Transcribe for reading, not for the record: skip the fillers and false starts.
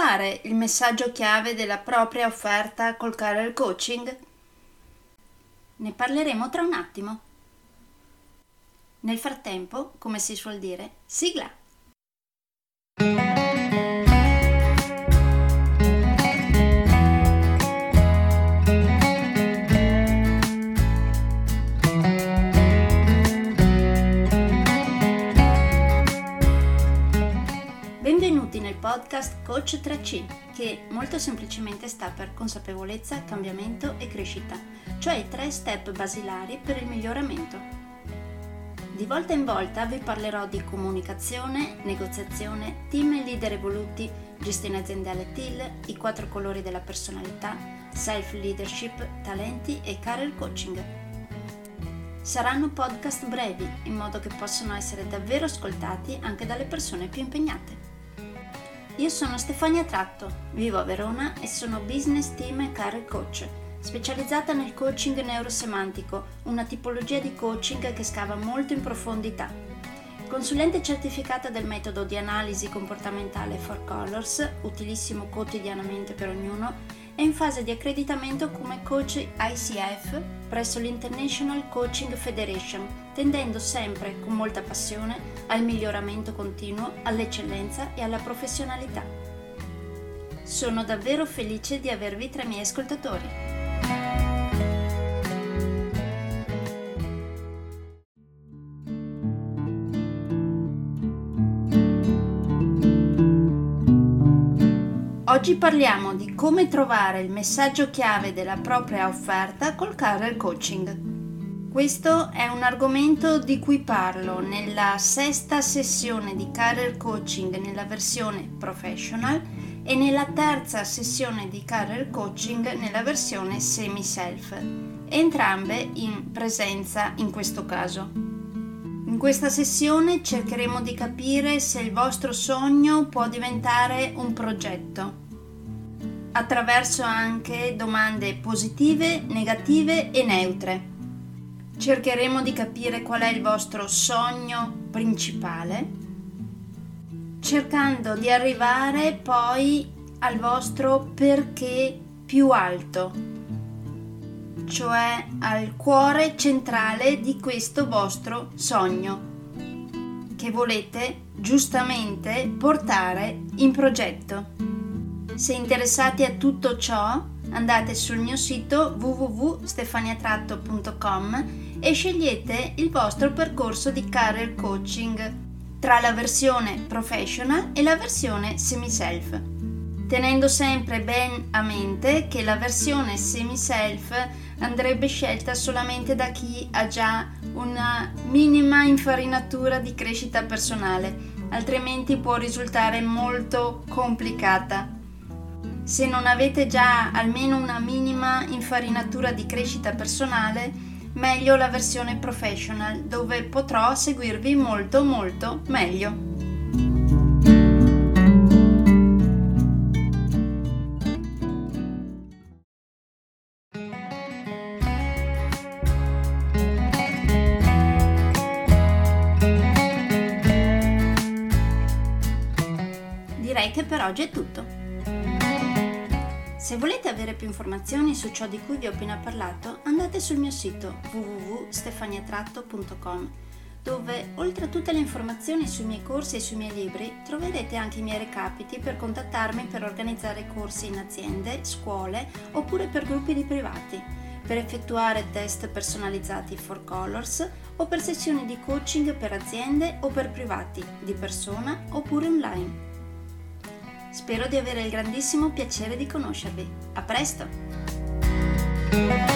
trovare il messaggio chiave della propria offerta col Career Coaching? Ne parleremo tra un attimo. Nel frattempo, come si suol dire, sigla! Benvenuti nel podcast Coach 3C, che molto semplicemente sta per consapevolezza, cambiamento e crescita, cioè i 3 step basilari per il miglioramento. Di volta in volta vi parlerò di comunicazione, negoziazione, team e leader evoluti, gestione aziendale TIL, i 4 colori della personalità, self-leadership, talenti e career coaching. Saranno podcast brevi, in modo che possano essere davvero ascoltati anche dalle persone più impegnate. Io sono Stefania Tratto, vivo a Verona e sono business team e career coach, specializzata nel coaching neurosemantico, una tipologia di coaching che scava molto in profondità. Consulente certificata del metodo di analisi comportamentale 4 Colors, utilissimo quotidianamente per ognuno, e in fase di accreditamento come coach ICF presso l'International Coaching Federation, tendendo sempre con molta passione al miglioramento continuo, all'eccellenza e alla professionalità. Sono davvero felice di avervi tra i miei ascoltatori. Oggi parliamo di come trovare il messaggio chiave della propria offerta col Career Coaching. Questo è un argomento di cui parlo nella 6ª sessione di Career Coaching nella versione Professional e nella 3ª sessione di Career Coaching nella versione Semi-Self, entrambe in presenza in questo caso. In questa sessione cercheremo di capire se il vostro sogno può diventare un progetto, attraverso anche domande positive, negative e neutre. Cercheremo di capire qual è il vostro sogno principale, cercando di arrivare poi al vostro perché più alto, cioè al cuore centrale di questo vostro sogno che volete giustamente portare in progetto. Se interessati a tutto ciò, andate sul mio sito www.stefaniatratto.com e scegliete il vostro percorso di career coaching tra la versione professional e la versione semi-self, tenendo sempre ben a mente che la versione semi-self andrebbe scelta solamente da chi ha già una minima infarinatura di crescita personale, altrimenti può risultare molto complicata. Se non avete già almeno una minima infarinatura di crescita personale, meglio la versione professional, dove potrò seguirvi molto meglio. Direi che per oggi è tutto. Se volete avere più informazioni su ciò di cui vi ho appena parlato, andate sul mio sito www.stefaniatratto.com, dove oltre a tutte le informazioni sui miei corsi e sui miei libri, troverete anche i miei recapiti per contattarmi per organizzare corsi in aziende, scuole oppure per gruppi di privati, per effettuare test personalizzati 4 Colors o per sessioni di coaching per aziende o per privati, di persona oppure online. Spero di avere il grandissimo piacere di conoscervi. A presto!